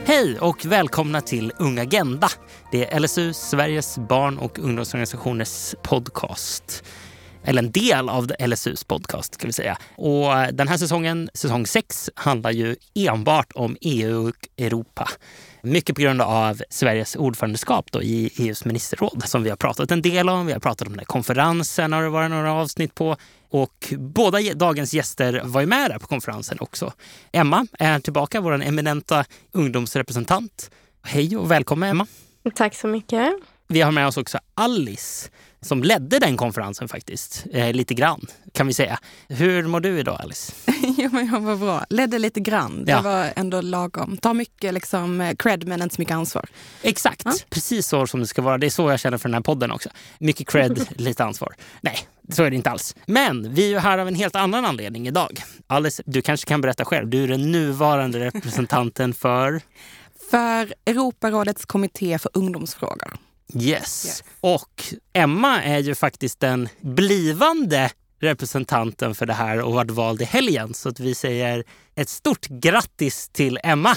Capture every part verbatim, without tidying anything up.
Hej och välkomna till Ung Agenda. Det är L S U, Sveriges barn- och ungdomsorganisationers podcast. Eller en del av L S U:s podcast kan vi säga. Och den här säsongen, säsong sex, handlar ju enbart om E U och Europa. Mycket på grund av Sveriges ordförandeskap då i E U:s ministerråd som vi har pratat en del om. Vi har pratat om den här konferensen, har det varit några avsnitt på. Och båda dagens gäster var ju med där på konferensen också. Emma är tillbaka, vår eminenta ungdomsrepresentant. Hej och välkommen Emma. Tack så mycket. Vi har med oss också Alice som ledde den konferensen faktiskt. Eh, lite grann kan vi säga. Hur mår du idag Alice? Jo, men jag var bra. Ledde lite grann. Det Ja. var ändå lagom. Ta mycket liksom cred men inte så mycket ansvar. Exakt, Ja. precis så som det ska vara. Det är så jag känner för den här podden också. Mycket cred, lite ansvar. Nej, så är det inte alls. Men vi är ju här av en helt annan anledning idag. Alice, du kanske kan berätta själv. Du är den nuvarande representanten för... För Europarådets kommitté för ungdomsfrågor. Yes. Yes. Och Emma är ju faktiskt den blivande representanten för det här och varit vald i helgen. Så att vi säger ett stort grattis till Emma.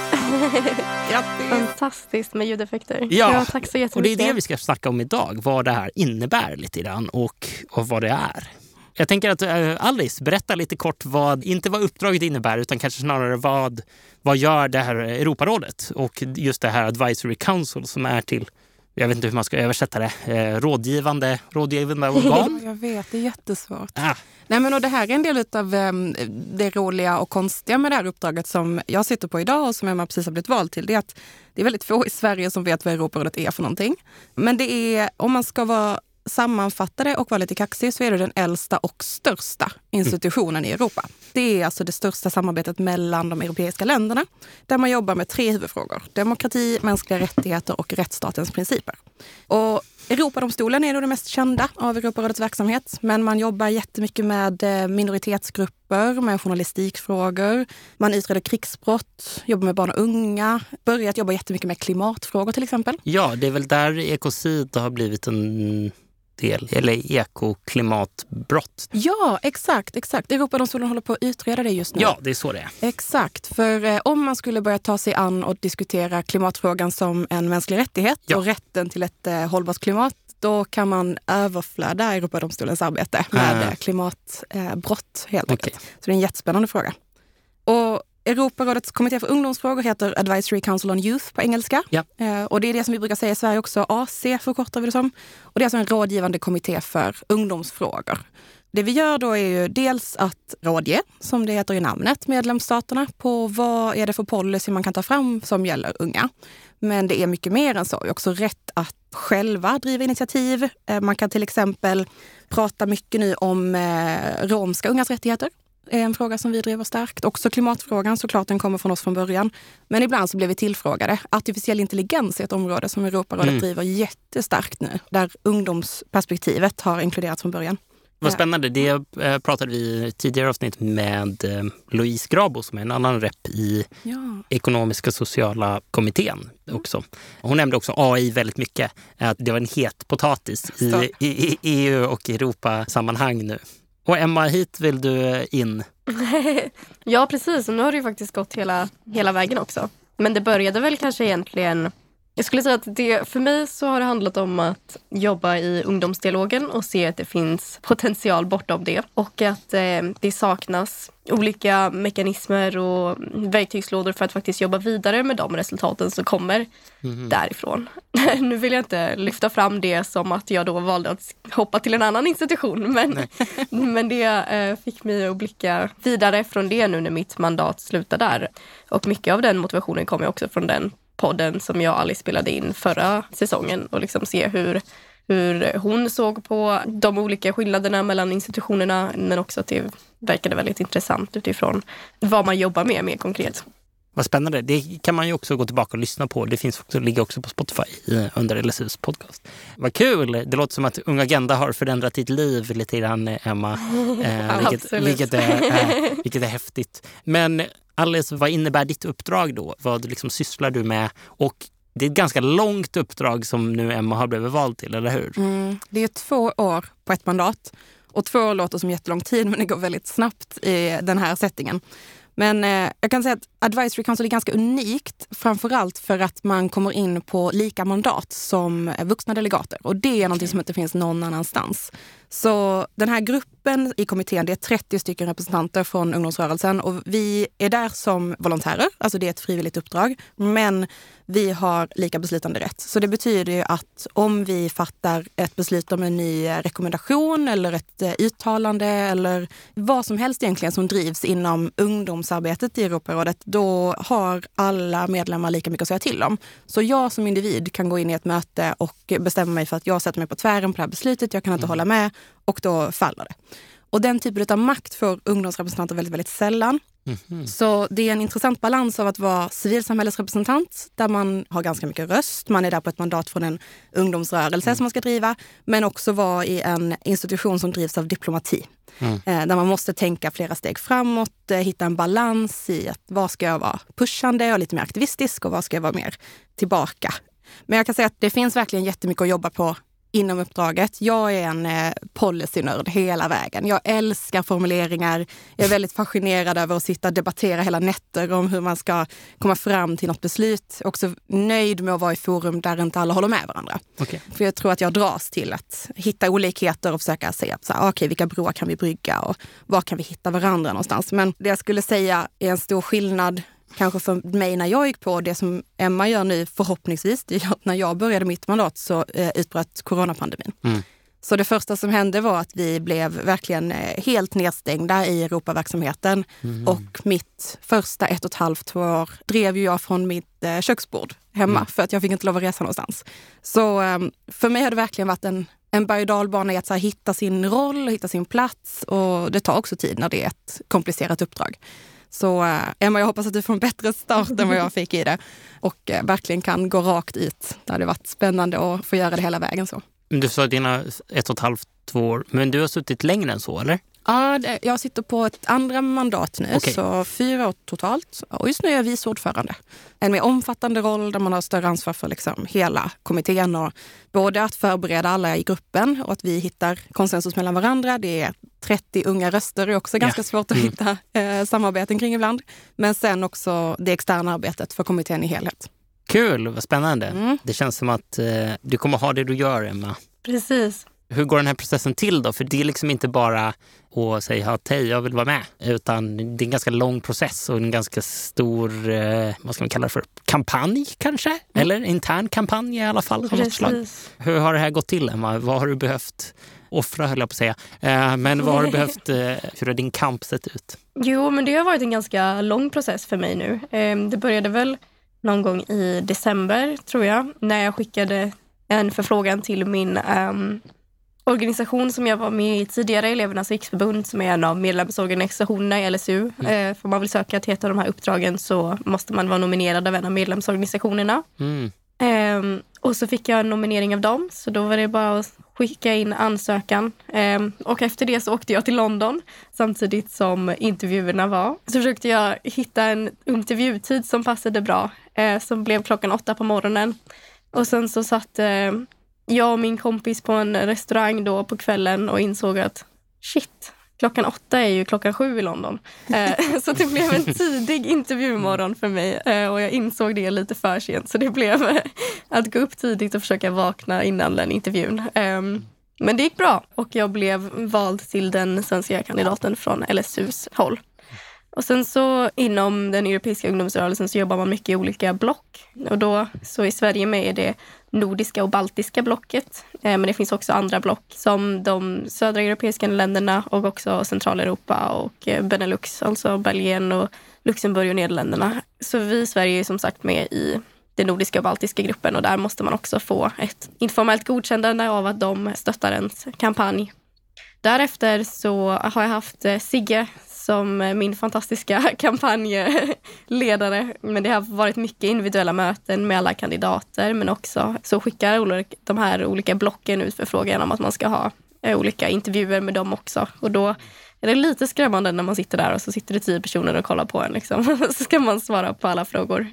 Grattis! Fantastiskt med ljudeffekter. Ja, tack så och det jättemycket. är det vi ska snacka om idag. Vad det här innebär lite grann och, och vad det är. Jag tänker att uh, Alice, berätta lite kort vad, inte vad uppdraget innebär utan kanske snarare vad, vad gör det här Europarådet och just det här Advisory Council som är till, jag vet inte hur man ska översätta det, eh, rådgivande, rådgivande organ. Jag vet, det är jättesvårt. Ah. Nej, men och det här är en del av um, det roliga och konstiga med det här uppdraget som jag sitter på idag och som Emma precis har blivit vald till. Det är att det är väldigt få i Sverige som vet vad Europarådet är för någonting. Men det är, om man ska vara sammanfattade och vara lite kaxig så är det den äldsta och största institutionen i Europa. Det är alltså det största samarbetet mellan de europeiska länderna där man jobbar med tre huvudfrågor. Demokrati, mänskliga rättigheter och rättsstatens principer. Och Europadomstolen är då det mest kända av Europarådets verksamhet, men man jobbar jättemycket med minoritetsgrupper, med journalistikfrågor, man utreder krigsbrott, jobbar med barn och unga, börjat jobba jättemycket med klimatfrågor till exempel. Ja, det är väl där ekocid har blivit en del, eller ekoklimatbrott. Ja, exakt, exakt. Europadomstolen håller på att utreda det just nu. Ja, det är så det är. Exakt, för eh, om man skulle börja ta sig an och diskutera klimatfrågan som en mänsklig rättighet Ja. och rätten till ett eh, hållbart klimat, då kan man överflöda Europadomstolens arbete med Ah. eh, klimatbrott eh, helt Okej. enkelt. Så det är en jättespännande fråga. Och Europarådets kommitté för ungdomsfrågor heter Advisory Council on Youth på engelska. Ja. Eh, och det är det som vi brukar säga i Sverige också, A C förkortar vi det som. Och det är alltså en rådgivande kommitté för ungdomsfrågor. Det vi gör då är ju dels att rådge, som det heter i namnet, medlemsstaterna på vad är det för policy man kan ta fram som gäller unga. Men det är mycket mer än så. Det är också rätt att själva driva initiativ. Eh, man kan till exempel prata mycket nu om eh, romska ungas rättigheter. Är en fråga som vi driver starkt. Också klimatfrågan, såklart den kommer från oss från början. Men ibland så blir vi tillfrågade. Artificiell intelligens är ett område som Europarådet Mm. driver jättestarkt nu. Där ungdomsperspektivet har inkluderats från början. Vad spännande. Det eh, pratade vi i tidigare avsnitt med eh, Louise Grabo som är en annan rep i Ja. ekonomiska sociala kommittén också. Hon nämnde också A I väldigt mycket. Att det var en het potatis i, i, i E U och Europa-sammanhang nu. Och Emma, hit vill du in. Ja, precis. Och nu har det ju faktiskt gått hela, hela vägen också. Men det började väl kanske egentligen... Jag skulle säga att det, för mig så har det handlat om att jobba i ungdomsdialogen och se att det finns potential bortom det. Och att eh, det saknas olika mekanismer och verktygslådor för att faktiskt jobba vidare med de resultaten som kommer Mm. därifrån. Nu vill jag inte lyfta fram det som att jag då valde att hoppa till en annan institution. Men, men det eh, fick mig att blicka vidare från det nu när mitt mandat slutar där. Och mycket av den motivationen kommer också från den podden som jag och Alice spelade in förra säsongen och liksom se hur, hur hon såg på de olika skillnaderna mellan institutionerna, men också att det verkade väldigt intressant utifrån vad man jobbar med mer konkret. Vad spännande. Det kan man ju också gå tillbaka och lyssna på. Det finns också, ligger också på Spotify i, under L S U:s podcast. Vad kul! Det låter som att Ung Agenda har förändrat ditt liv lite grann, Emma. Eh, vilket, vilket, är, eh, vilket är häftigt. Men Alice, vad innebär ditt uppdrag då? Vad liksom sysslar du med? Och det är ett ganska långt uppdrag som nu Emma har blivit vald till, eller hur? Mm, det är två år på ett mandat. Och två år låter som jättelång tid, men det går väldigt snabbt i den här settingen. Men eh, jag kan säga att Advisory Council är ganska unikt, framförallt för att man kommer in på lika mandat som vuxna delegater. Och det är något som inte finns någon annanstans. Så den här gruppen i kommittén, det är trettio stycken representanter från ungdomsrörelsen och vi är där som volontärer, alltså det är ett frivilligt uppdrag, men vi har lika beslutande rätt. Så det betyder ju att om vi fattar ett beslut om en ny rekommendation eller ett uttalande eller vad som helst egentligen som drivs inom ungdomsarbetet i Europarådet, då har alla medlemmar lika mycket att säga till om. Så jag som individ kan gå in i ett möte och bestämma mig för att jag sätter mig på tvären på det här beslutet, jag kan inte mm. hålla med och då faller det. Och den typen av makt får ungdomsrepresentanter väldigt, väldigt sällan. Mm-hmm. Så det är en intressant balans av att vara civilsamhällesrepresentant där man har ganska mycket röst. Man är där på ett mandat från en ungdomsrörelse mm. som man ska driva. Men också vara i en institution som drivs av diplomati. Mm. Eh, där man måste tänka flera steg framåt, eh, hitta en balans i att vad ska jag vara pushande och lite mer aktivistisk och vad ska jag vara mer tillbaka. Men jag kan säga att det finns verkligen jättemycket att jobba på inom uppdraget. Jag är en eh, policynörd hela vägen. Jag älskar formuleringar. Jag är väldigt fascinerad över att sitta och debattera hela nätter om hur man ska komma fram till något beslut. Också nöjd med att vara i forum där inte alla håller med varandra. Okay. För jag tror att jag dras till att hitta olikheter och försöka se så här, okay, vilka broar kan vi brygga och var kan vi hitta varandra någonstans. Men det jag skulle säga är en stor skillnad kanske för mig när jag gick på det som Emma gör nu förhoppningsvis, det är att när jag började mitt mandat så eh, utbröt coronapandemin. Mm. Så det första som hände var att vi blev verkligen eh, helt nedstängda i Europaverksamheten mm. och mitt första ett och ett halvt, två år drev jag från mitt eh, köksbord hemma mm. för att jag fick inte lov att resa någonstans. Så eh, för mig har det verkligen varit en En berg- och dalbana i att så här, hitta sin roll och hitta sin plats och det tar också tid när det är ett komplicerat uppdrag. Så äh, Emma, jag hoppas att du får en bättre start än vad jag fick i det och äh, verkligen kan gå rakt ut. Det hade varit spännande att få göra det hela vägen så. Du sa dina ett och ett halvt, två år, men du har suttit längre än så, eller? Ja, det, jag sitter på ett andra mandat nu, okay. Så fyra år totalt. Och just nu är jag vice ordförande. En mer omfattande roll där man har större ansvar för liksom hela kommittén och både att förbereda alla i gruppen och att vi hittar konsensus mellan varandra. Det är trettio unga röster, det är också ganska yeah. svårt att mm. hitta eh, samarbeten kring ibland. Men sen också det externa arbetet för kommittén i helhet. Kul, vad spännande. Mm. Det känns som att eh, du kommer ha det du gör, Emma. Precis. Hur går den här processen till då? För det är liksom inte bara att säga att hej, jag vill vara med. Utan det är en ganska lång process och en ganska stor, eh, vad ska man kalla det för, kampanj kanske? Mm. Eller intern kampanj i alla fall. Hur har det här gått till, Emma? Vad har du behövt offra, höll jag på att säga. Eh, men vad har du behövt, eh, hur har din kamp sett ut? Jo, men det har varit en ganska lång process för mig nu. Eh, det började väl någon gång i december, tror jag, när jag skickade en förfrågan till min um, organisation som jag var med i tidigare, Elevernas riksförbund, som är en av medlemsorganisationerna i L S U. Mm. Eh, får man vill söka till ett av de här uppdragen så måste man vara nominerad av en av medlemsorganisationerna. Mm. Eh, och så fick jag en nominering av dem, så då var det bara att skicka in ansökan. Eh, och efter det så åkte jag till London samtidigt som intervjuerna var. Så försökte jag hitta en intervjutid som passade bra, eh, som blev klockan åtta på morgonen. Och sen så satt eh, jag och min kompis på en restaurang då på kvällen och insåg att shit, klockan åtta är ju klockan sju i London. Eh, så det blev en tidig intervjumorgon för mig eh, och jag insåg det lite för sent. Så det blev eh, att gå upp tidigt och försöka vakna innan den intervjun. Eh, men det gick bra och jag blev vald till den svenska kandidaten från L S U:s håll. Och sen så inom den europeiska ungdomsrörelsen så jobbar man mycket i olika block. Och då så i Sverige med är det nordiska och baltiska blocket. Eh, men det finns också andra block som de södra europeiska länderna och också Centraleuropa och eh, Benelux, alltså Belgien och Luxemburg och Nederländerna. Så vi i Sverige är som sagt med i den nordiska och baltiska gruppen och där måste man också få ett informellt godkännande av att de stöttar ens kampanj. Därefter så har jag haft eh, Sigge som min fantastiska kampanjledare. Men det har varit mycket individuella möten med alla kandidater. Men också så skickar de här olika blocken ut för frågan om att man ska ha olika intervjuer med dem också. Och då är det lite skrämmande när man sitter där och så sitter det tio personer och kollar på en. Liksom. Så ska man svara på alla frågor.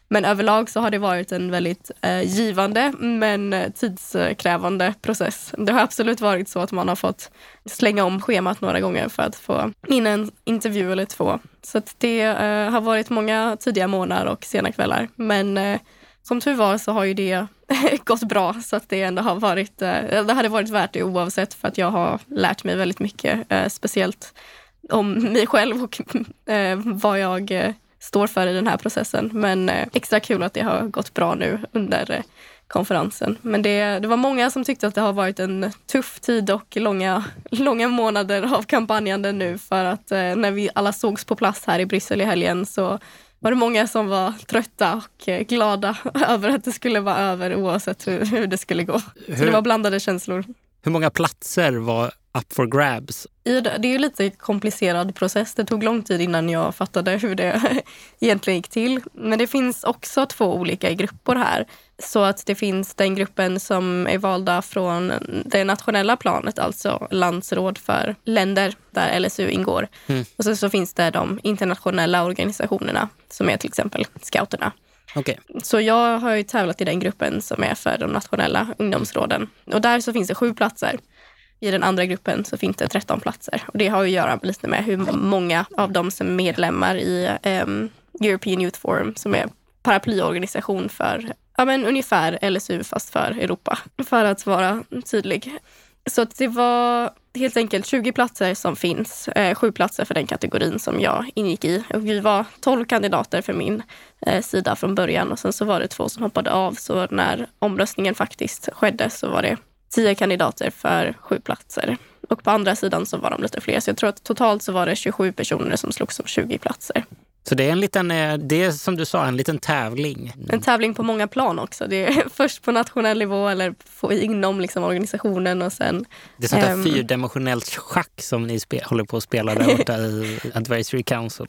Men överlag så har det varit en väldigt eh, givande men tidskrävande process. Det har absolut varit så att man har fått slänga om schemat några gånger för att få in en intervju eller två. Så att det eh, har varit många tidiga morgnar och sena kvällar. Men eh, som tur var så har ju det gått bra, så att det ändå har varit, eh, det hade varit värt det oavsett, för att jag har lärt mig väldigt mycket, eh, speciellt om mig själv och eh, vad jag eh, står för i den här processen. Men eh, extra kul att det har gått bra nu under eh, konferensen. Men det, det var många som tyckte att det har varit en tuff tid och långa, långa månader av kampanjande nu, för att eh, när vi alla sågs på plats här i Bryssel i helgen så var det många som var trötta och eh, glada över att det skulle vara över oavsett hur, hur det skulle gå. Hur, så det var blandade känslor. Hur många platser var up for grabs? Det är ju lite komplicerad process. Det tog lång tid innan jag fattade hur det egentligen gick till. Men det finns också två olika grupper här. Så att det finns den gruppen som är valda från det nationella planet, alltså landsråd för länder där L S U ingår. Mm. Och så, så finns det de internationella organisationerna som är till exempel scouterna. Okay. Så jag har ju tävlat i den gruppen som är för de nationella ungdomsråden. Och där så finns det sju platser. I den andra gruppen så finns det tretton platser. Och det har ju att göra lite med hur många av dem som är medlemmar i um, European Youth Forum, som är paraplyorganisation för ja, men ungefär L S U fast för Europa. För att vara tydlig. Så det var helt enkelt tjugo platser som finns. Eh, sju platser för den kategorin som jag ingick i. Och vi var tolv kandidater för min eh, sida från början. Och sen så var det två som hoppade av. Så när omröstningen faktiskt skedde så var det tio kandidater för sju platser. Och på andra sidan så var de lite fler. Så jag tror att totalt så var det tjugosju personer som slogs om tjugo platser. Så det är en liten, det är som du sa, en liten tävling. En tävling på många plan också. Det är först på nationell nivå eller få inom liksom organisationen och sen... Det är sånt där um, fyrdimensionellt schack som ni spe, håller på att spela där borta i Advisory Council.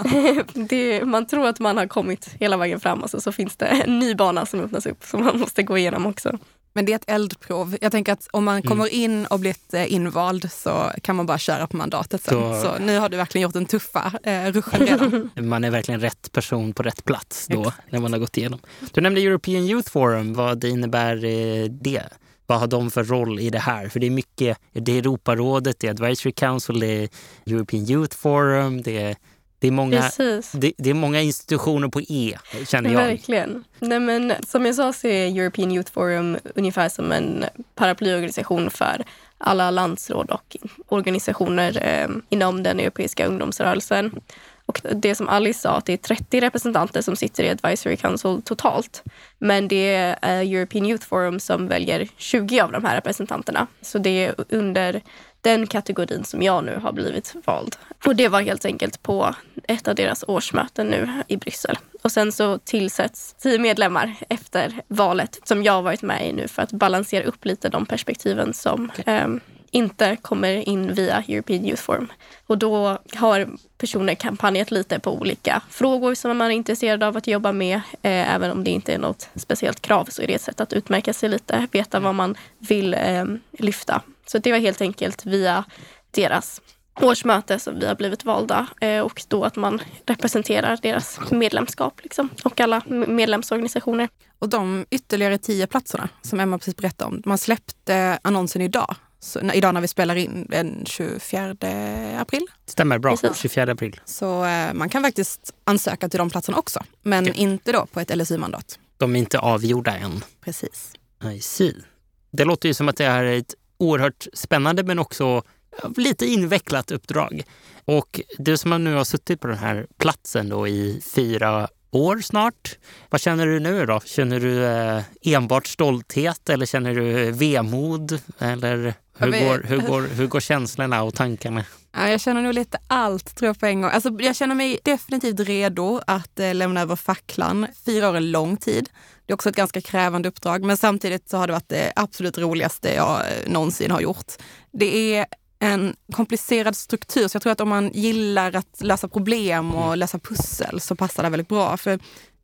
det, man tror att man har kommit hela vägen fram och så, så finns det en ny bana som öppnas upp som man måste gå igenom också. Men det är ett eldprov. Jag tänker att om man kommer in och blivit invald så kan man bara köra på mandatet sen. Så, så nu har du verkligen gjort en tuffa eh, ruschen redan. Man är verkligen rätt person på rätt plats då, när man har gått igenom. Du nämnde European Youth Forum. Vad innebär det? Vad har de för roll i det här? För det är mycket, det är Europarådet, det är Advisory Council, det är European Youth Forum, det är Det är, många, det, det är många institutioner på E, känner jag. Verkligen. Nej, men, som jag sa så är European Youth Forum ungefär som en paraplyorganisation för alla landsråd och organisationer eh, inom den europeiska ungdomsrörelsen. Och det som Alice sa, att det är trettio representanter som sitter i Advisory Council totalt. Men det är eh, European Youth Forum som väljer tjugo av de här representanterna. Så det är under den kategorin som jag nu har blivit vald. Och det var helt enkelt på ett av deras årsmöten nu i Bryssel. Och sen så tillsätts tio medlemmar efter valet som jag har varit med i nu för att balansera upp lite de perspektiven som eh, inte kommer in via European Youth Forum. Och då har personer kampanjat lite på olika frågor som man är intresserad av att jobba med. Eh, även om det inte är något speciellt krav så är det ett sätt att utmärka sig lite, veta vad man vill eh, lyfta. Så det var helt enkelt via deras årsmöte som vi har blivit valda eh, och då att man representerar deras medlemskap liksom, och alla medlemsorganisationer. Och de ytterligare tio platserna som Emma precis berättade om, man släppte annonsen idag. Så, idag när vi spelar in den tjugofjärde april. Stämmer bra, Precis. tjugofjärde april. Så eh, man kan faktiskt ansöka till de platserna också, men okay. inte då på ett L S I-mandat. De är inte avgjorda än. Precis. I see. Det låter ju som att det är ett oerhört spännande men också lite invecklat uppdrag. Och du som nu har suttit på den här platsen då i fyra år snart. Vad känner du nu då? Känner du eh, enbart stolthet eller känner du vemod? Eller hur, vet, går, hur, går, hur går känslorna och tankarna? Ja, jag känner nog lite allt tror jag på en gång. Alltså, jag känner mig definitivt redo att eh, lämna över facklan. Fyra år är lång tid. Det är också ett ganska krävande uppdrag. Men samtidigt så har det varit det absolut roligaste jag någonsin har gjort. Det är en komplicerad struktur. Så jag tror att om man gillar att lösa problem och lösa pussel så passar det väldigt bra. För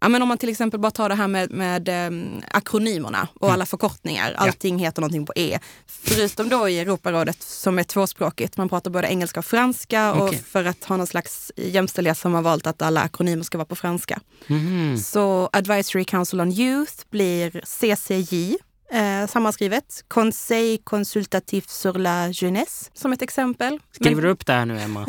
Ja, men om man till exempel bara tar det här med, med um, akronymerna och mm. alla förkortningar. Allting ja. heter någonting på E. Förutom då i Europarådet som är tvåspråkigt. Man pratar både engelska och franska. Okay. Och för att ha någon slags jämställdhet så har man valt att alla akronymer ska vara på franska. Mm. Så Advisory Council on Youth blir C C J. Eh, sammanskrivet. Conseil consultatif sur la jeunesse som ett exempel. Skriver Men... du upp det här nu, Emma?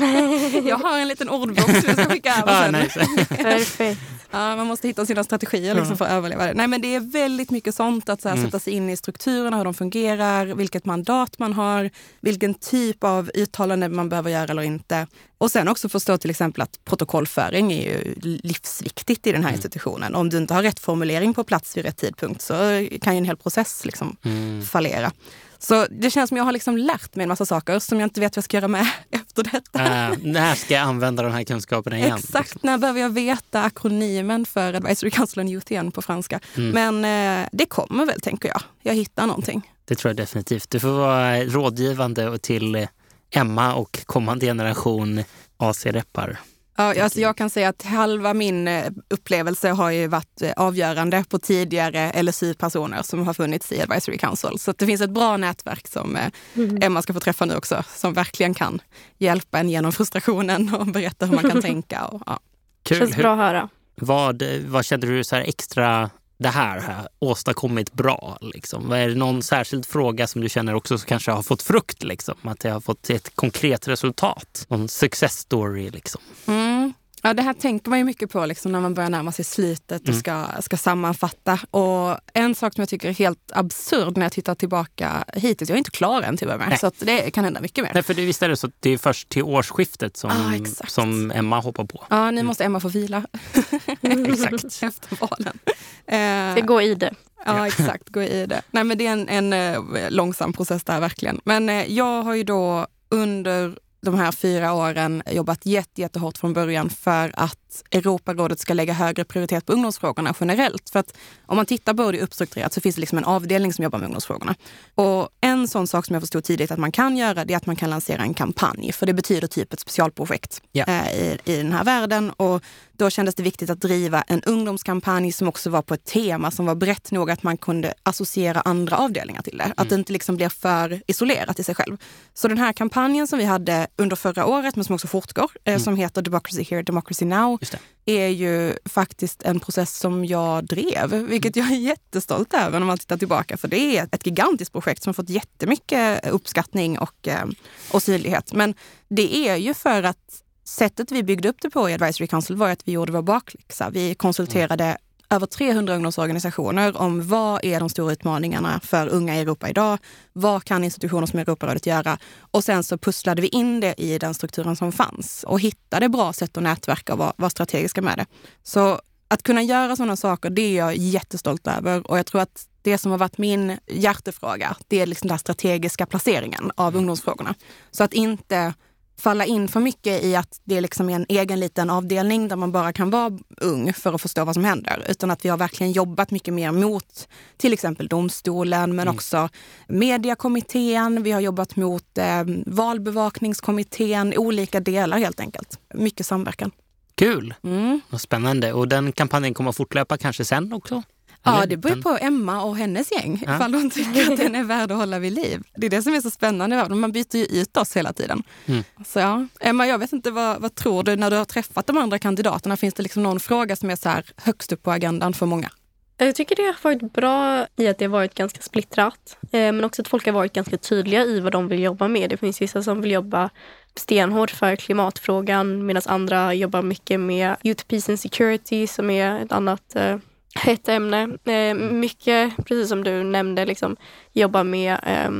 Jag har en liten ordbok som jag ska skicka över sen. Ah, nice. Perfekt. Ja, man måste hitta sina strategier liksom, för att överleva det. Nej, men det är väldigt mycket sånt att så här, mm. sätta sig in i strukturerna, hur de fungerar, vilket mandat man har, vilken typ av uttalande man behöver göra eller inte. Och sen också förstå till exempel att protokollföring är ju livsviktigt i den här mm. institutionen. Om du inte har rätt formulering på plats vid rätt tidpunkt så kan ju en hel process liksom mm. fallera. Så det känns som jag har liksom lärt mig en massa saker som jag inte vet vad jag ska göra med efter detta. Äh, när ska jag använda de här kunskaperna igen? Exakt, liksom? När behöver jag veta akronymen för Advisory Council on Youth igen på franska. Mm. Men eh, det kommer väl, tänker jag. Jag hittar någonting. Det tror jag definitivt. Du får vara rådgivande till Emma och kommande generation A C-reppar. Ja, alltså jag kan säga att halva min upplevelse har ju varit avgörande på tidigare L S U-personer som har funnits i Advisory Council. Så att det finns ett bra nätverk som mm. Emma ska få träffa nu också, som verkligen kan hjälpa en genom frustrationen och berätta hur man kan tänka. Och, ja. Kul. Känns bra att höra. Vad, vad kände du så här extra det här har åstadkommit bra? Liksom? Är det någon särskild fråga som du känner också som kanske har fått frukt? Liksom? Att det har fått ett konkret resultat? Någon success story? Liksom? Mm. Ja, det här tänker man ju mycket på liksom, när man börjar närma sig slutet och mm. ska, ska sammanfatta. Och en sak som jag tycker är helt absurd när jag tittar tillbaka hittills, jag är inte klar än till och med, så att det kan hända mycket mer. Nej, för det, visst är det så att det är först till årsskiftet som, ah, som Emma hoppar på. Ja, nu måste Emma få vila. Exakt. Efter valen. Det går i det. Ja, exakt. Gå i det. Nej, men det är en, en, en långsam process där verkligen. Men eh, jag har ju då under de här fyra åren jobbat jätte, jättehårt från början för att Europarådet ska lägga högre prioritet på ungdomsfrågorna generellt. För att om man tittar på det uppstrukturerat så finns det liksom en avdelning som jobbar med ungdomsfrågorna. Och en sån sak som jag förstod tidigt att man kan göra, det är att man kan lansera en kampanj. För det betyder typ ett specialprojekt ja. eh, i, i den här världen. Och då kändes det viktigt att driva en ungdomskampanj som också var på ett tema som var brett nog att man kunde associera andra avdelningar till det. Mm. Att det inte liksom blir för isolerat i sig själv. Så den här kampanjen som vi hade under förra året, men som också fortgår, mm. som heter Democracy Here, Democracy Now, är ju faktiskt en process som jag drev, vilket jag är jättestolt över när man tittar tillbaka, för det är ett gigantiskt projekt som har fått jättemycket uppskattning och, och synlighet. Men det är ju för att sättet vi byggde upp det på i Advisory Council var att vi gjorde vår bakläxa. Vi konsulterade mm. över trehundra ungdomsorganisationer om vad är de stora utmaningarna för unga i Europa idag? Vad kan institutioner som Europarådet göra? Och sen så pusslade vi in det i den strukturen som fanns och hittade bra sätt att nätverka och vara, vara strategiska med det. Så att kunna göra sådana saker, det är jag jättestolt över, och jag tror att det som har varit min hjärtefråga, det är liksom den strategiska placeringen av ungdomsfrågorna. Så att inte falla in för mycket i att det är liksom en egen liten avdelning där man bara kan vara ung för att förstå vad som händer. Utan att vi har verkligen jobbat mycket mer mot till exempel domstolen, men mm. också mediakommittén. Vi har jobbat mot eh, valbevakningskommittén, olika delar helt enkelt. Mycket samverkan. Kul! Mm. Vad spännande. Och den kampanjen kommer att fortlöpa kanske sen också? Eller? Ja, det beror på Emma och hennes gäng. Ja. Ifall de tycker att den är värd att hålla vid liv. Det är det som är så spännande. Man byter ju ut oss hela tiden. Mm. Så ja, Emma, jag vet inte, vad, vad tror du när du har träffat de andra kandidaterna? Finns det liksom någon fråga som är så här högst upp på agendan för många? Jag tycker det har varit bra i att det har varit ganska splittrat. Men också att folk har varit ganska tydliga i vad de vill jobba med. Det finns vissa som vill jobba stenhårt för klimatfrågan, medan andra jobbar mycket med Youth Peace and Security, som är ett annat ett ämne. Mycket, precis som du nämnde, liksom, jobba med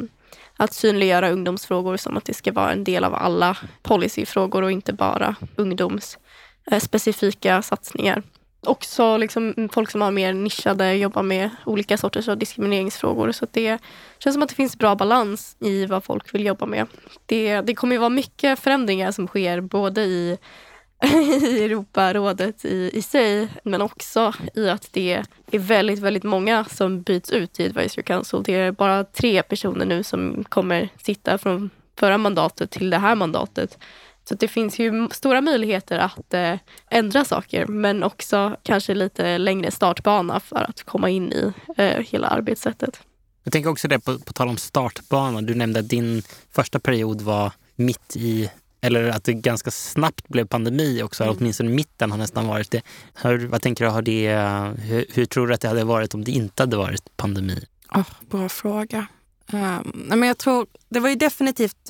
att synliggöra ungdomsfrågor som att det ska vara en del av alla policyfrågor och inte bara ungdomsspecifika satsningar. Också liksom folk som har mer nischade, jobbar med olika sorters av diskrimineringsfrågor. Så att det känns som att det finns bra balans i vad folk vill jobba med. Det, det kommer ju vara mycket förändringar som sker både i, i Europarådet i, i sig, men också i att det är väldigt, väldigt många som byts ut i Advisory Council. Det är bara tre personer nu som kommer sitta från förra mandatet till det här mandatet. Så det finns ju stora möjligheter att eh, ändra saker, men också kanske lite längre startbana för att komma in i eh, hela arbetssättet. Jag tänker också det på, på tal om startbana. Du nämnde att din första period var mitt i, eller att det ganska snabbt blev pandemi också, mm. åtminstone mitten har nästan varit det. Hur, vad tänker du, har det, hur, hur tror du att det hade varit om det inte hade varit pandemi? Oh, bra fråga. Um, men jag tror, det var ju definitivt,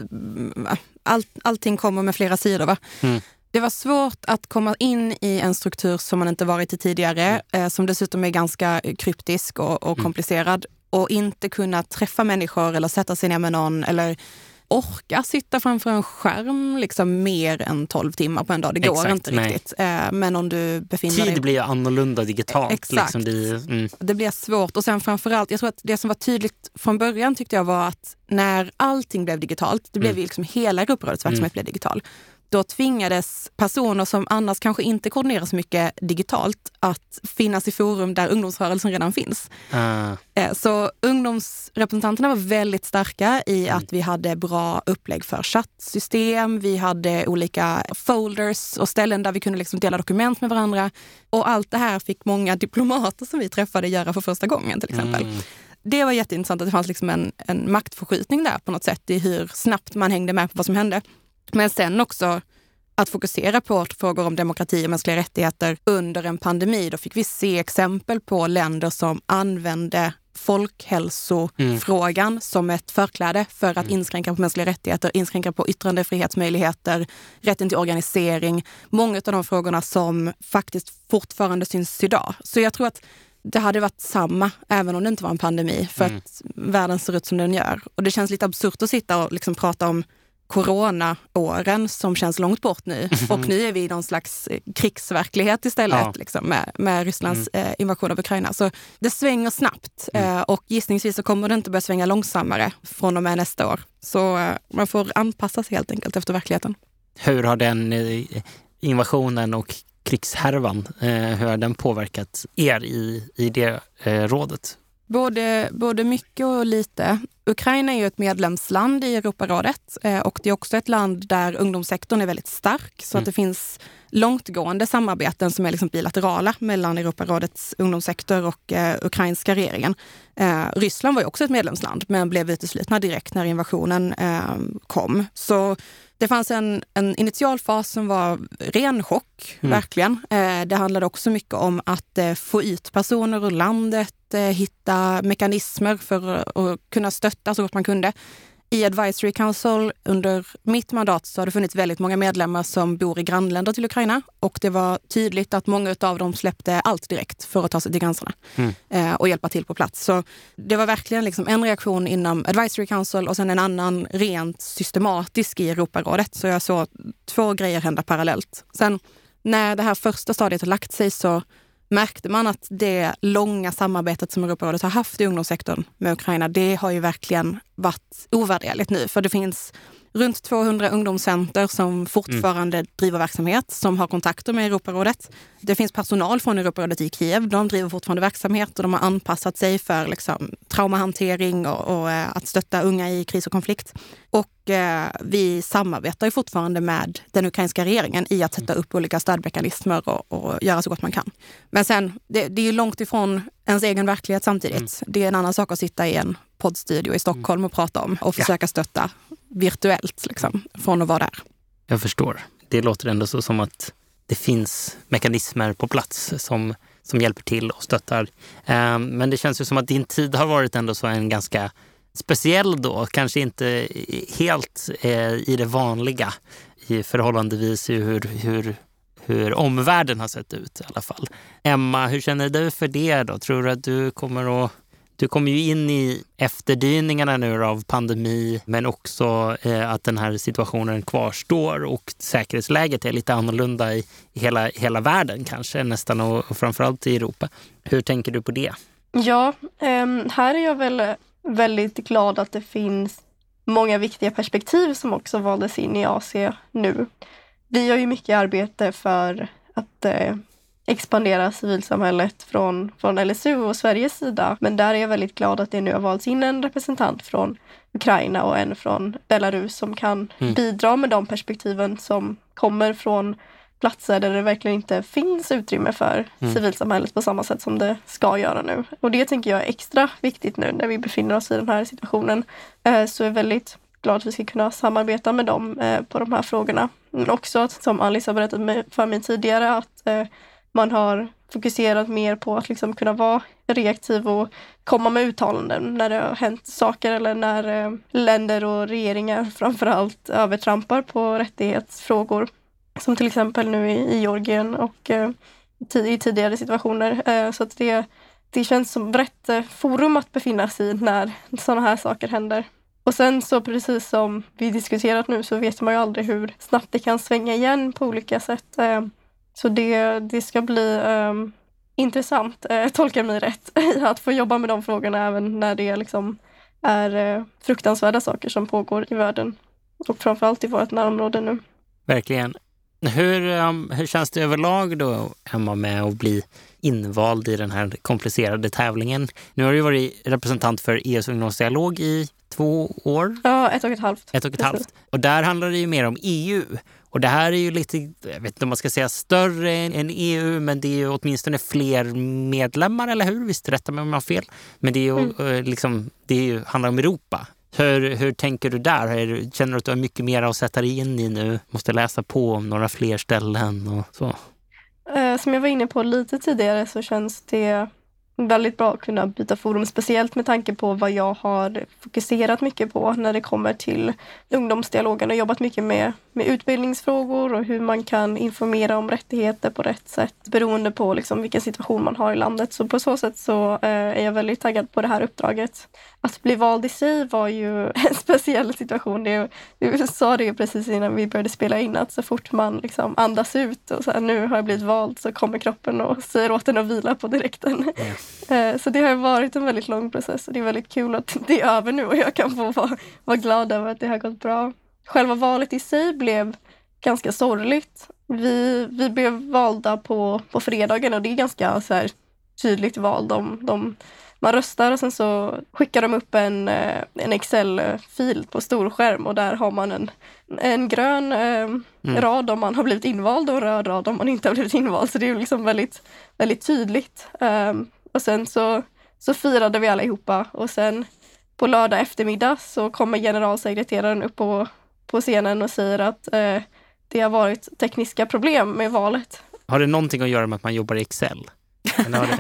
all, allting kommer med flera sidor va? Mm. Det var svårt att komma in i en struktur som man inte varit i tidigare, mm. eh, som dessutom är ganska kryptisk och, och komplicerad. Mm. Och inte kunna träffa människor eller sätta sig ner med någon eller orka sitta framför en skärm liksom mer än tolv timmar på en dag. Det går Exakt, inte nej. riktigt. Eh, men om du befinner Tid dig... blir ju annorlunda digitalt. Exakt. Liksom det, mm. det blir svårt. Och sen framförallt, jag tror att det som var tydligt från början tyckte jag var att när allting blev digitalt, det blev mm. liksom hela Europarådets verksamhet mm. blev digital. Då tvingades personer som annars kanske inte koordinerar så mycket digitalt att finnas i forum där ungdomsrörelsen redan finns. Uh. Så ungdomsrepresentanterna var väldigt starka i mm. att vi hade bra upplägg för chattsystem. Vi hade olika folders och ställen där vi kunde liksom dela dokument med varandra. Och allt det här fick många diplomater som vi träffade göra för första gången till exempel. Mm. Det var jätteintressant att det fanns liksom en, en maktförskjutning där på något sätt i hur snabbt man hängde med på vad som hände. Men sen också att fokusera på frågor om demokrati och mänskliga rättigheter under en pandemi. Då fick vi se exempel på länder som använde folkhälsofrågan mm. som ett förkläde för att mm. inskränka på mänskliga rättigheter, inskränka på yttrandefrihetsmöjligheter, rätten till organisering. Många av de frågorna som faktiskt fortfarande syns idag. Så jag tror att det hade varit samma även om det inte var en pandemi för mm. att världen ser ut som den gör. Och det känns lite absurt att sitta och liksom prata om corona-åren som känns långt bort nu. Och nu är vi i någon slags krigsverklighet istället ja. liksom, med, med Rysslands mm. eh, invasion av Ukraina. Så det svänger snabbt mm. eh, och gissningsvis så kommer det inte börja svänga långsammare från och med nästa år. Så eh, man får anpassa sig helt enkelt efter verkligheten. Hur har den eh, invasionen och krigshärvan, eh, hur har den påverkat er i, i det eh, rådet? Både, både mycket och lite. Ukraina är ju ett medlemsland i Europarådet eh, och det är också ett land där ungdomssektorn är väldigt stark så mm. att det finns långtgående samarbeten som är liksom bilaterala mellan Europarådets ungdomssektor och eh, ukrainska regeringen. Eh, Ryssland var ju också ett medlemsland men blev uteslutna direkt när invasionen eh, kom. Så det fanns en, en initial fas som var ren chock, mm. verkligen. Eh, det handlade också mycket om att eh, få ut personer ur landet, eh, hitta mekanismer för att kunna stötta så gott man kunde. I Advisory Council under mitt mandat så har det funnits väldigt många medlemmar som bor i grannländer till Ukraina och det var tydligt att många av dem släppte allt direkt för att ta sig till gränserna mm. eh, och hjälpa till på plats. Så det var verkligen liksom en reaktion inom Advisory Council och sen en annan rent systematisk i Europarådet. Så jag såg två grejer hända parallellt. Sen när det här första stadiet har lagt sig så märkte man att det långa samarbetet som Europarådet har haft i ungdomssektorn med Ukraina, det har ju verkligen varit ovärderligt nu. För det finns runt tvåhundra ungdomscenter som fortfarande mm. driver verksamhet, som har kontakter med Europarådet. Det finns personal från Europarådet i Kiev, de driver fortfarande verksamhet och de har anpassat sig för liksom, traumahantering och, och eh, att stötta unga i kris och konflikt. Och eh, vi samarbetar ju fortfarande med den ukrainska regeringen i att sätta upp olika stödmekanismer och, och göra så gott man kan. Men sen, det, det är ju långt ifrån ens egen verklighet samtidigt. Mm. Det är en annan sak att sitta i en poddstudio i Stockholm och prata om och försöka stötta virtuellt liksom, från att vara där. Jag förstår. Det låter ändå så som att det finns mekanismer på plats som, som hjälper till och stöttar. Eh, men det känns ju som att din tid har varit ändå så en ganska speciell då. Kanske inte helt eh, i det vanliga i förhållandevis hur, hur, hur omvärlden har sett ut i alla fall. Emma, hur känner du för det då? Tror du att du kommer att Du kommer ju in i efterdyningarna nu av pandemi men också eh, att den här situationen kvarstår och säkerhetsläget är lite annorlunda i hela, hela världen kanske nästan och, och framförallt i Europa. Hur tänker du på det? Ja, eh, här är jag väl väldigt glad att det finns många viktiga perspektiv som också valdes in i A C nu. Vi gör ju mycket arbete för att eh, expandera civilsamhället från, från L S U och Sveriges sida. Men där är jag väldigt glad att det nu har valts in en representant från Ukraina och en från Belarus som kan mm. bidra med de perspektiven som kommer från platser där det verkligen inte finns utrymme för mm. civilsamhället på samma sätt som det ska göra nu. Och det tänker jag är extra viktigt nu när vi befinner oss i den här situationen. Eh, så är jag väldigt glad att vi ska kunna samarbeta med dem eh, på de här frågorna. Men också att, som Alice har berättat med, för mig tidigare, att eh, man har fokuserat mer på att liksom kunna vara reaktiv och komma med uttalanden när det har hänt saker eller när eh, länder och regeringar framförallt övertrampar på rättighetsfrågor. Som till exempel nu i, i Georgien och eh, tid, i tidigare situationer. Eh, så att det, det känns som rätt eh, forum att befinna sig i när sådana här saker händer. Och sen så precis som vi diskuterat nu så vet man ju aldrig hur snabbt det kan svänga igen på olika sätt. Eh, så det, det ska bli eh, intressant, eh, tolka mig rätt, att få jobba med de frågorna även när det liksom är eh, fruktansvärda saker som pågår i världen. Och framförallt i vårt närområde nu. Verkligen. Hur, um, hur känns det överlag då, Emma, med att bli invald i den här komplicerade tävlingen? Nu har du varit representant för E U:s ungdomsdialog i två år. Ja, ett och ett halvt. Ett och ett halvt. Och där handlar det ju mer om E U. Och det här är ju lite, jag vet inte om man ska säga större än E U, men det är ju åtminstone fler medlemmar, eller hur? Visst, rätta mig om jag har fel. Men det är ju mm. liksom, det är ju, handlar om Europa. Hur, hur tänker du där? Känner du att du har mycket mer att sätta dig in i nu? Måste läsa på om några fler ställen och så? Eh, som jag var inne på lite tidigare så känns det väldigt bra att kunna byta forum. Speciellt med tanke på vad jag har fokuserat mycket på när det kommer till ungdomsdialogen och jobbat mycket med, med utbildningsfrågor och hur man kan informera om rättigheter på rätt sätt beroende på liksom vilken situation man har i landet. Så på så sätt så eh, är jag väldigt taggad på det här uppdraget. Att bli vald i sig var ju en speciell situation. Det, du sa det ju precis innan vi började spela in att så fort man liksom andas ut och så här, nu har jag blivit vald, så kommer kroppen och säger åt den att vila på direkten. Mm. Så det har varit en väldigt lång process och det är väldigt kul att det är över nu och jag kan få vara, vara glad över att det har gått bra. Själva valet i sig blev ganska sorgligt. Vi, vi blev valda på, på fredagen och det är ganska så här, tydligt val. De, de, man röstar och sen så skickar de upp en, en Excel-fil på storskärm och där har man en, en grön eh, mm. rad om man har blivit invald och en röd rad om man inte har blivit invald. Så det är liksom väldigt, väldigt tydligt. Um, och sen så, så firade vi allihopa och sen på lördag eftermiddag så kommer generalsekreteraren upp på, på scenen och säger att eh, det har varit tekniska problem med valet. Har det någonting att göra med att man jobbar i Excel? Eller har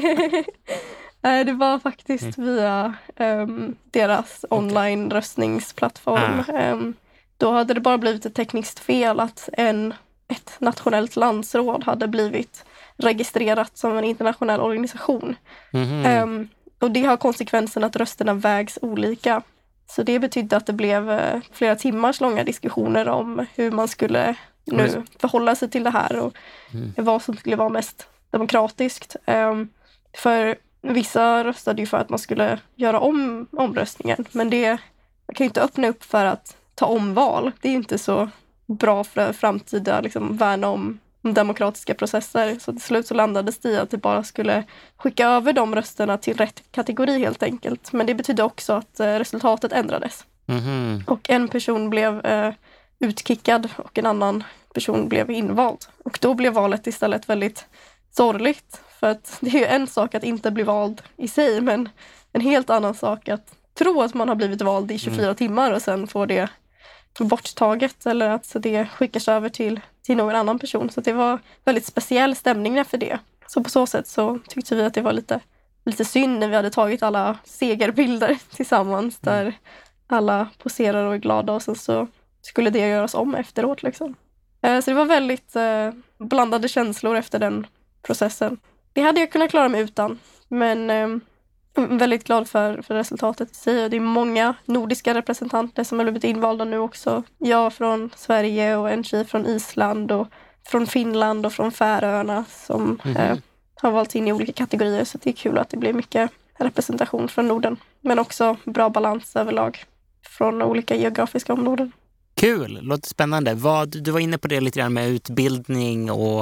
det... det var faktiskt mm. via um, deras online-röstningsplattform. Ah. Um, då hade det bara blivit ett tekniskt fel att en, ett nationellt landsråd hade blivit registrerat som en internationell organisation. Mm-hmm. Um, och det har konsekvensen att rösterna vägs olika. Så det betydde att det blev uh, flera timmars långa diskussioner om hur man skulle nu mm. förhålla sig till det här och mm. vad som skulle vara mest demokratiskt. Um, för vissa röstade ju för att man skulle göra om omröstningen. Men det, man kan ju inte öppna upp för att ta om val. Det är ju inte så bra för framtida liksom, värna om demokratiska processer. Så till slut så landades det i att det bara skulle skicka över de rösterna till rätt kategori helt enkelt. Men det betyder också att eh, resultatet ändrades. Mm-hmm. Och en person blev eh, utkickad och en annan person blev invald. Och då blev valet istället väldigt sorgligt. För att det är ju en sak att inte bli vald i sig, men en helt annan sak att tro att man har blivit vald i tjugofyra mm. timmar och sen får det borttaget eller att det skickas över till, till någon annan person. Så det var väldigt speciell stämning för det. Så på så sätt så tyckte vi att det var lite, lite synd när vi hade tagit alla segerbilder tillsammans där mm. alla poserar och är glada och sen så skulle det göras om efteråt liksom. Så det var väldigt eh, blandade känslor efter den processen. Det hade jag kunnat klara mig utan, men eh, väldigt glad för, för resultatet i sig. Det är många nordiska representanter som har blivit invalda nu också. Jag från Sverige och en tjej från Island och från Finland och från Färöarna som mm-hmm. eh, har valts in i olika kategorier. Så det är kul att det blir mycket representation från Norden. Men också bra balans överlag från olika geografiska områden. Kul, låter spännande. Vad, du var inne på det lite grann med utbildning och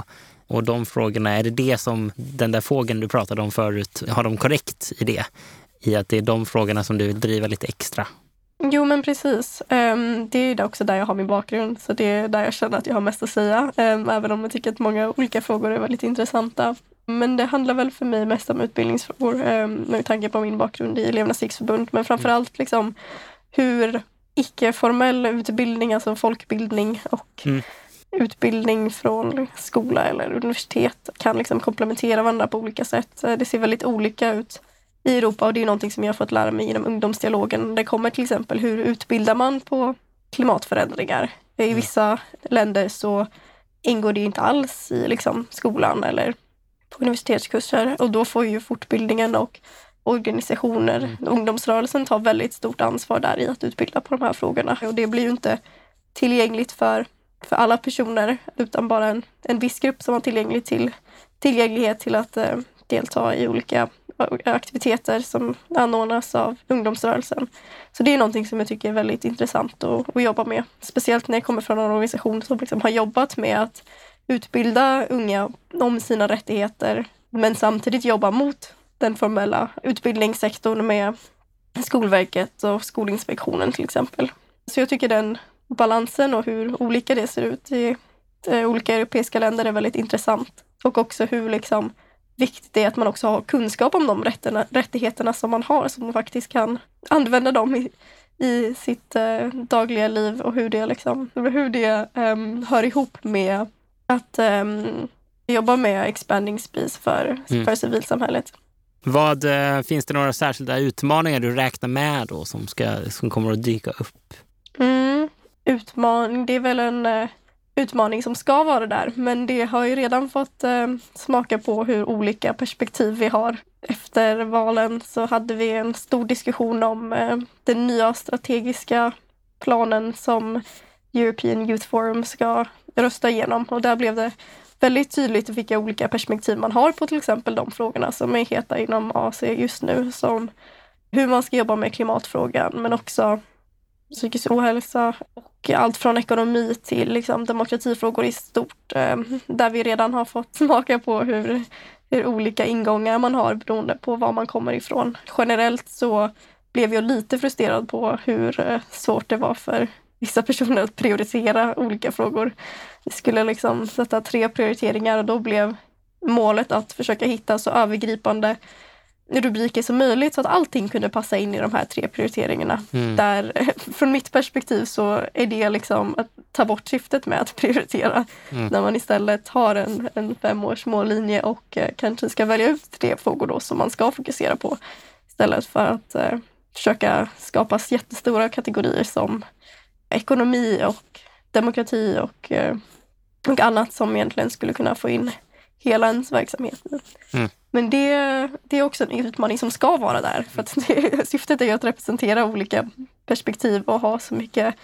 Och de frågorna, är det det som den där fågeln du pratade om förut, har de korrekt i det? I att det är de frågorna som du vill driva lite extra? Jo, men precis. Um, det är också där jag har min bakgrund. Så det är där jag känner att jag har mest att säga. Um, även om jag tycker att många olika frågor är väldigt intressanta. Men det handlar väl för mig mest om utbildningsfrågor. Um, med tanke på min bakgrund i Elevernas riksförbund. Men framförallt liksom hur icke-formell utbildning, alltså folkbildning och mm. utbildning från skola eller universitet kan liksom komplementera varandra på olika sätt. Det ser väldigt olika ut i Europa och det är någonting som jag har fått lära mig genom ungdomsdialogen. Det kommer till exempel hur utbildar man på klimatförändringar. I vissa länder så ingår det inte alls i liksom skolan eller på universitetskurser och då får ju fortbildningen och organisationer, mm. ungdomsrörelsen tar väldigt stort ansvar där i att utbilda på de här frågorna. Och det blir ju inte tillgängligt för, för alla personer utan bara en, en viss grupp som har tillgänglig till, tillgänglighet till att eh, delta i olika aktiviteter som anordnas av ungdomsrörelsen. Så det är någonting som jag tycker är väldigt intressant att, att jobba med. Speciellt när jag kommer från en organisation som liksom har jobbat med att utbilda unga om sina rättigheter men samtidigt jobba mot den formella utbildningssektorn med Skolverket och Skolinspektionen till exempel. Så jag tycker den balansen och hur olika det ser ut i olika europeiska länder är väldigt intressant. Och också hur liksom viktigt det är att man också har kunskap om de rätterna, rättigheterna som man har, så man faktiskt kan använda dem i, i sitt eh, dagliga liv och hur det, liksom, hur det um, hör ihop med att um, jobba med expanding space för, mm. för civilsamhället. Vad, eh, finns det några särskilda utmaningar du räknar med då som, ska, som kommer att dyka upp? Mm, utmaning, det är väl en eh, utmaning som ska vara där. Men det har ju redan fått eh, smaka på hur olika perspektiv vi har. Efter valen så hade vi en stor diskussion om eh, den nya strategiska planen som European Youth Forum ska rösta igenom. Och där blev det väldigt tydligt vilka olika perspektiv man har på till exempel de frågorna som är heta inom A C just nu. Som hur man ska jobba med klimatfrågan men också psykisk ohälsa och allt från ekonomi till liksom, demokratifrågor i stort. Eh, där vi redan har fått smaka på hur, hur olika ingångar man har beroende på var man kommer ifrån. Generellt så blev jag lite frustrerad på hur eh, svårt det var för vissa personer att prioritera olika frågor. Vi skulle liksom sätta tre prioriteringar och då blev målet att försöka hitta så övergripande rubriker som möjligt så att allting kunde passa in i de här tre prioriteringarna. Mm. Där från mitt perspektiv så är det liksom att ta bort syftet med att prioritera. Mm. När man istället har en, en femårs mållinje och eh, kanske ska välja ut tre frågor då som man ska fokusera på. Istället för att eh, försöka skapa jättestora kategorier som ekonomi och demokrati och, eh, och annat som egentligen skulle kunna få in hela ens verksamhet. Mm. Men det, det är också en utmaning som ska vara där. För att det, syftet är ju att representera olika perspektiv och ha så mycket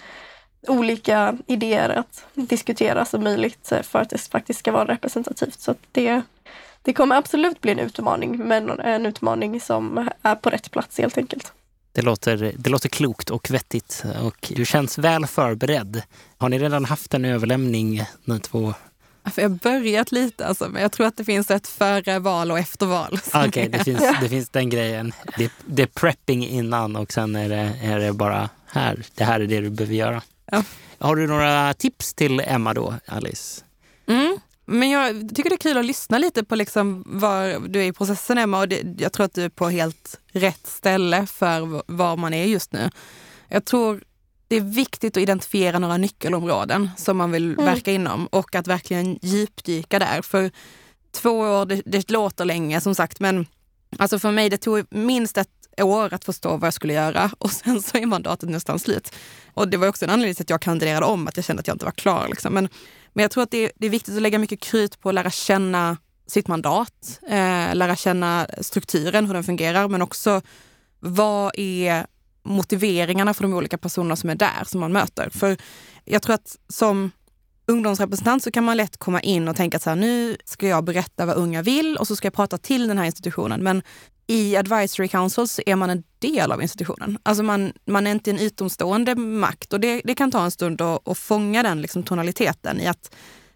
olika idéer att diskutera som möjligt för att det faktiskt ska vara representativt. Så det, det kommer absolut bli en utmaning, men en utmaning som är på rätt plats helt enkelt. Det låter, det låter klokt och vettigt och du känns väl förberedd. Har ni redan haft en överlämning, ni två? Jag har börjat lite, alltså, men jag tror att det finns ett före val och efter val. Okej, okay, det, finns, det finns den grejen. Det, det är prepping innan och sen är det, är det bara här. Det här är det du behöver göra. Ja. Har du några tips till Emma då, Alice? Mm. Men jag tycker det är kul att lyssna lite på liksom var du är i processen, Emma. Och det, jag tror att du är på helt rätt ställe för var man är just nu. Jag tror det är viktigt att identifiera några nyckelområden som man vill mm. verka inom och att verkligen djupdyka där. För två år, det, det låter länge som sagt, men alltså för mig det tog minst ett år att förstå vad jag skulle göra och sen så är mandatet nästan slut. Och det var också en anledning till att jag kandiderade om, att jag kände att jag inte var klar. Liksom. Men, men jag tror att det, det är viktigt att lägga mycket krut på att lära känna sitt mandat, eh, lära känna strukturen, hur den fungerar, men också vad är motiveringarna för de olika personerna som är där, som man möter. För jag tror att som ungdomsrepresentant så kan man lätt komma in och tänka så här, nu ska jag berätta vad unga vill och så ska jag prata till den här institutionen. Men i Advisory Council så är man en del av institutionen. Alltså man, man är inte en utomstående makt och det, det kan ta en stund att, att fånga den liksom tonaliteten i att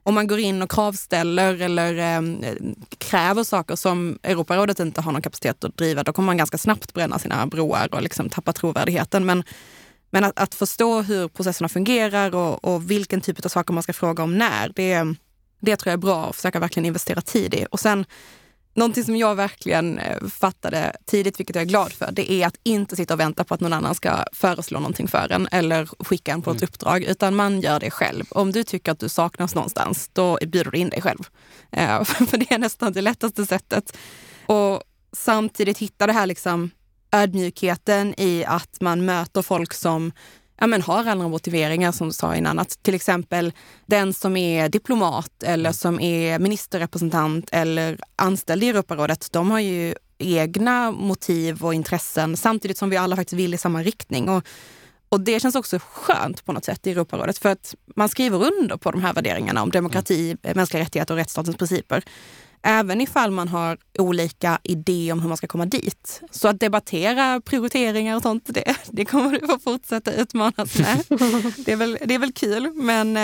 om man går in och kravställer eller eh, kräver saker som Europarådet inte har någon kapacitet att driva, då kommer man ganska snabbt bränna sina broar och liksom tappa trovärdigheten. Men, men att, att förstå hur processerna fungerar och, och vilken typ av saker man ska fråga om när, det, det tror jag är bra att försöka verkligen investera tid i. Och sen någonting som jag verkligen fattade tidigt, vilket jag är glad för, det är att inte sitta och vänta på att någon annan ska föreslå någonting för en eller skicka en på ett mm. uppdrag, utan man gör det själv. Om du tycker att du saknas någonstans, då bjuder du in dig själv. Eh, för det är nästan det lättaste sättet. Och samtidigt hitta det här liksom ödmjukheten i att man möter folk som ja, men har andra motiveringar, som du sa innan. Att till exempel den som är diplomat eller som är ministerrepresentant eller anställd i Europarådet, de har ju egna motiv och intressen samtidigt som vi alla faktiskt vill i samma riktning. Och, och det känns också skönt på något sätt i Europarådet, för att man skriver under på de här värderingarna om demokrati, mänskliga rättigheter och rättsstatens principer. Även ifall man har olika idéer om hur man ska komma dit. Så att debattera prioriteringar och sånt, det, det kommer du få fortsätta utmanas med. Det är väl, det är väl kul, men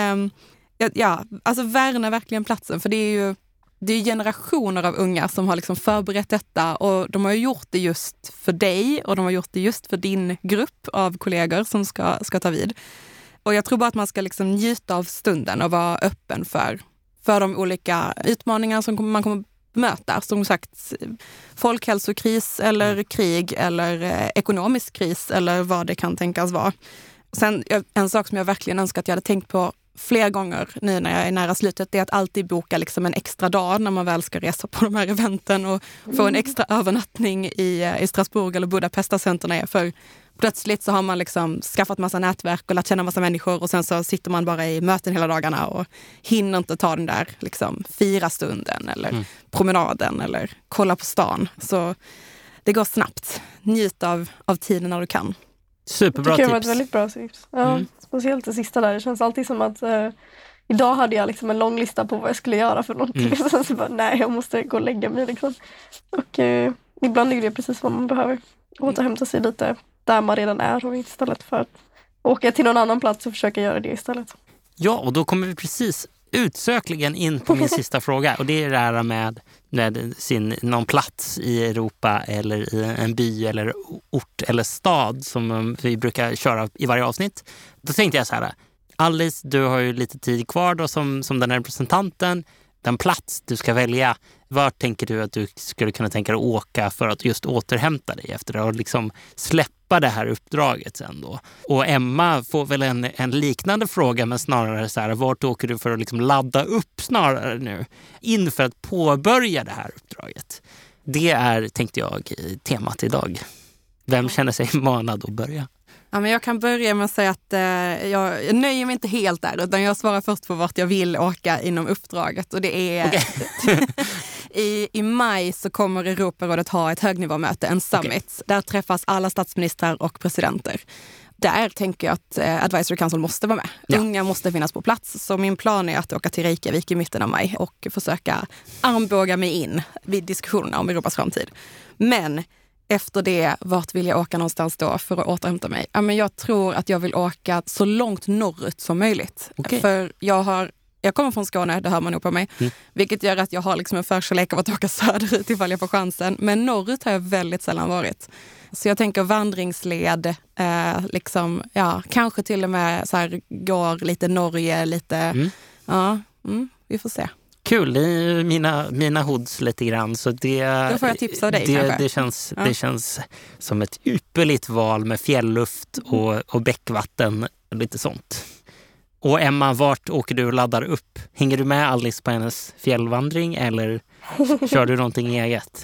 ja, alltså värna verkligen platsen. För det är ju det är generationer av unga som har liksom förberett detta, och de har ju gjort det just för dig och de har gjort det just för din grupp av kollegor som ska, ska ta vid. Och jag tror bara att man ska liksom njuta av stunden och vara öppen för för de olika utmaningar som man kommer möta. Som sagt, folkhälsokris eller krig eller eh, ekonomisk kris eller vad det kan tänkas vara. Sen en sak som jag verkligen önskar att jag hade tänkt på fler gånger nu när jag är nära slutet, det är att alltid boka liksom en extra dag när man väl ska resa på de här eventen och få en extra övernattning i, i Strasbourg eller Budapest där centerna är. För plötsligt så har man liksom skaffat massa nätverk och lärt känna massa människor, och sen så sitter man bara i möten hela dagarna och hinner inte ta den där liksom fira stunden eller mm. promenaden eller kolla på stan. Så det går snabbt. Njut av, av tiden när du kan. Superbra tips. Det var ett väldigt bra tips. Ja, mm. Speciellt det sista där. Det känns alltid som att eh, idag hade jag liksom en lång lista på vad jag skulle göra för någonting. Mm. Sen så bara, nej, jag måste gå och lägga mig liksom. Och eh, ibland är det precis vad man behöver. Återhämta sig lite där man redan är, och istället för att åka till någon annan plats och försöka göra det istället. Ja, och då kommer vi precis utsökligen in på min sista fråga, och det är det här med, med sin, någon plats i Europa eller i en by eller ort eller stad som vi brukar köra i varje avsnitt. Då tänkte jag så här: Alice, du har ju lite tid kvar då som, som den här representanten. Den plats du ska välja, vart tänker du att du skulle kunna tänka dig att åka för att just återhämta dig efter det och liksom släppa det här uppdraget sen då? Och Emma får väl en, en liknande fråga, men snarare så här: vart åker du för att liksom ladda upp snarare nu inför att påbörja det här uppdraget? Det är, tänkte jag, temat idag. Vem känner sig manad att börja? Ja, men jag kan börja med att säga att eh, jag, jag nöjer mig inte helt där, utan jag svarar först på vart jag vill åka inom uppdraget. Och det är okay. I, I maj så kommer Europarådet ha ett högnivåmöte, en summit. Okay. Där träffas alla statsministrar och presidenter. Där tänker jag att eh, Advisory Council måste vara med. Ja. Unga måste finnas på plats. Så min plan är att åka till Reykjavik i mitten av maj och försöka armbåga mig in vid diskussionerna om Europas framtid. Men efter det, vart vill jag åka någonstans då för att återhämta mig? Ja, men jag tror att jag vill åka så långt norrut som möjligt. Okay. För jag har Jag kommer från Skåne, det hör man nog på mig. Mm. Vilket gör att jag har liksom en förkärlek av att åka söderut ifall jag får chansen. Men norrut har jag väldigt sällan varit. Så jag tänker vandringsled, eh, liksom, ja, kanske till och med så här, går lite Norge, lite, mm. ja, mm, vi får se. Kul, det är mina, mina hoods lite grann. Så det, Då får jag tipsa av dig det, kanske. Det känns, ja. det känns som ett ypperligt val med fjällluft och, och bäckvatten och lite sånt. Och Emma, vart åker du och laddar upp? Hänger du med Alice på hennes fjällvandring eller kör du någonting eget?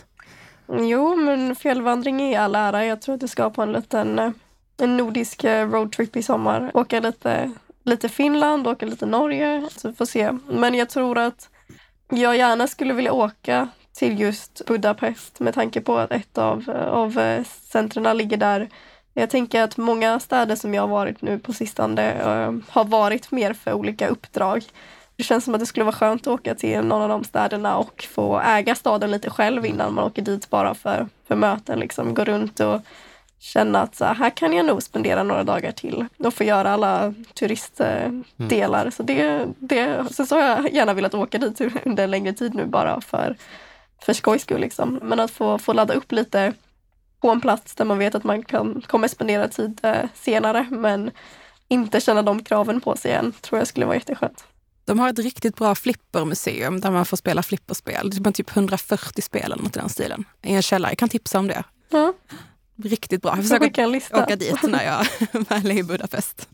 Jo, men fjällvandring är all ära. Jag tror att du ska på en liten en nordisk roadtrip i sommar. Åka lite, lite Finland, åka lite Norge, så vi får se. Men jag tror att jag gärna skulle vilja åka till just Budapest med tanke på att ett av, av centrarna ligger där. Jag tänker att många städer som jag har varit nu på sistone uh, har varit mer för olika uppdrag. Det känns som att det skulle vara skönt att åka till någon av de städerna och få äga staden lite själv innan man åker dit bara för, för möten. Liksom. Gå runt och känna att så här kan jag nog spendera några dagar till och få göra alla turistdelar. Mm. Så det, det, sen så har jag gärna velat åka dit under en längre tid nu bara för, för skojs skull. Liksom. Men att få, få ladda upp lite på en plats där man vet att man kan, kommer spendera tid eh, senare men inte känna de kraven på sig än tror jag skulle vara jätteskönt. De har ett riktigt bra flippermuseum där man får spela flipperspel. Det är typ hundrafyrtio spel eller något i den stilen. I en källare. Jag kan tipsa om det. Ja. Riktigt bra. Jag försöker åka dit när jag väl är i Budapest.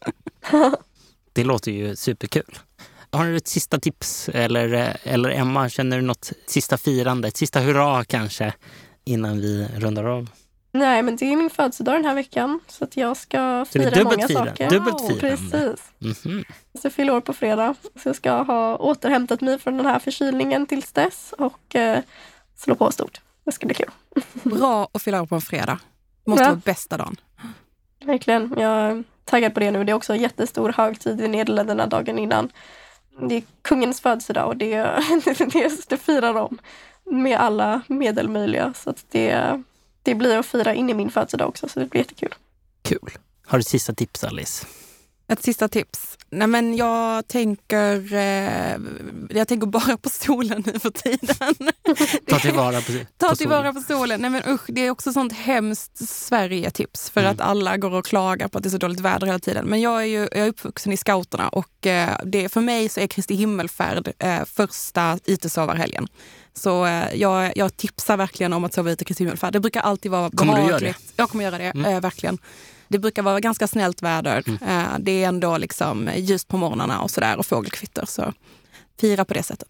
Det låter ju superkul. Har du ett sista tips? Eller, eller Emma, känner du något sista firande? Ett sista hurra kanske innan vi rundar av? Nej, men det är min födelsedag den här veckan. Så att jag ska fira så många fira. saker. Dubbelt firande. Precis. Mm-hmm. Så jag fyller år på fredag. Så jag ska ha återhämtat mig från den här förkylningen tills dess. Och eh, slå på stort. Det ska bli kul. Bra att fylla år på en fredag. Det måste ja. vara bästa dagen. Verkligen. Jag är taggad på det nu. Det är också en jättestor högtid i Nederländerna dagen innan. Det är kungens födelsedag och det, det, det firar de med alla medel möjliga. Så att det, det blir att fira in i min födelsedag också. Så det blir jättekul. Kul. Har du ett sista tips, Alice? Ett sista tips. Nej, men jag tänker eh, jag tänker bara på solen nu för tiden. Ta tillvara på, på Ta tillvara på solen. Nej, men usch, det är också sånt hemskt Sverige-tips för mm. att alla går och klagar på att det är så dåligt väder hela tiden. Men jag är ju jag är uppvuxen i scouterna och eh, det, för mig så är Kristi himmelfärd eh, första utesovarhelgen. Så eh, jag, jag tipsar verkligen om att sova ute i Kristi himmelfärd. Det brukar alltid vara kommer behagligt. Du göra det? Jag kommer göra det, mm. eh, verkligen. Det brukar vara ganska snällt väder. Mm. Det är ändå liksom ljust på morgnarna och sådär och fågelkvitter. Så fira på det sättet.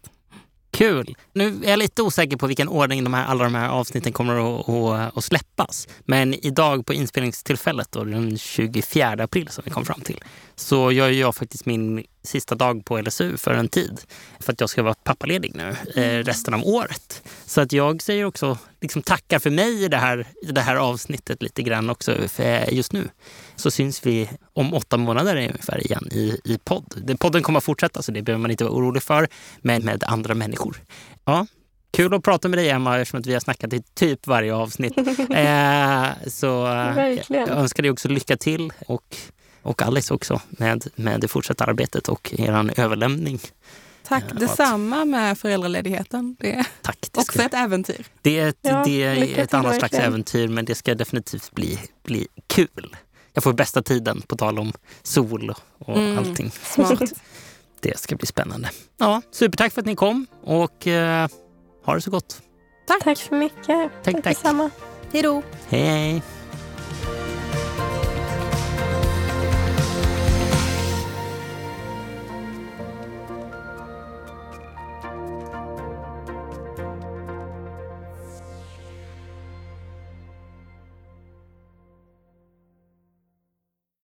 Kul! Nu är jag lite osäker på vilken ordning de här, alla de här avsnitten kommer att, att, att släppas. Men idag på inspelningstillfället då, den tjugofjärde april som vi kom fram till, så gör jag faktiskt min sista dag på L S U för en tid. För att jag ska vara pappaledig nu eh, resten av året. Så att jag säger också liksom tackar för mig i det här, i det här avsnittet lite grann också för just nu. Så syns vi om åtta månader ungefär igen i, i podd. Podden kommer att fortsätta så det behöver man inte vara orolig för, men med andra människor. Ja, kul att prata med dig, Emma, eftersom att vi har snackat i typ varje avsnitt. eh, så Verkligen. Jag önskar dig också lycka till och, och Alice också med, med det fortsatta arbetet och er överlämning. Tack, eh, detsamma med föräldraledigheten. Det är Tack, det också ska, ett äventyr. Det är ett, ja, det är ett annat slags äventyr, men det ska definitivt bli, bli kul. Jag får bästa tiden på tal om sol och mm, allting. Smart. Det ska bli spännande. Ja, supertack för att ni kom och eh, ha det så gott. Tack. Tack så mycket. Tack, tack. Detsamma. Hej då. Hej.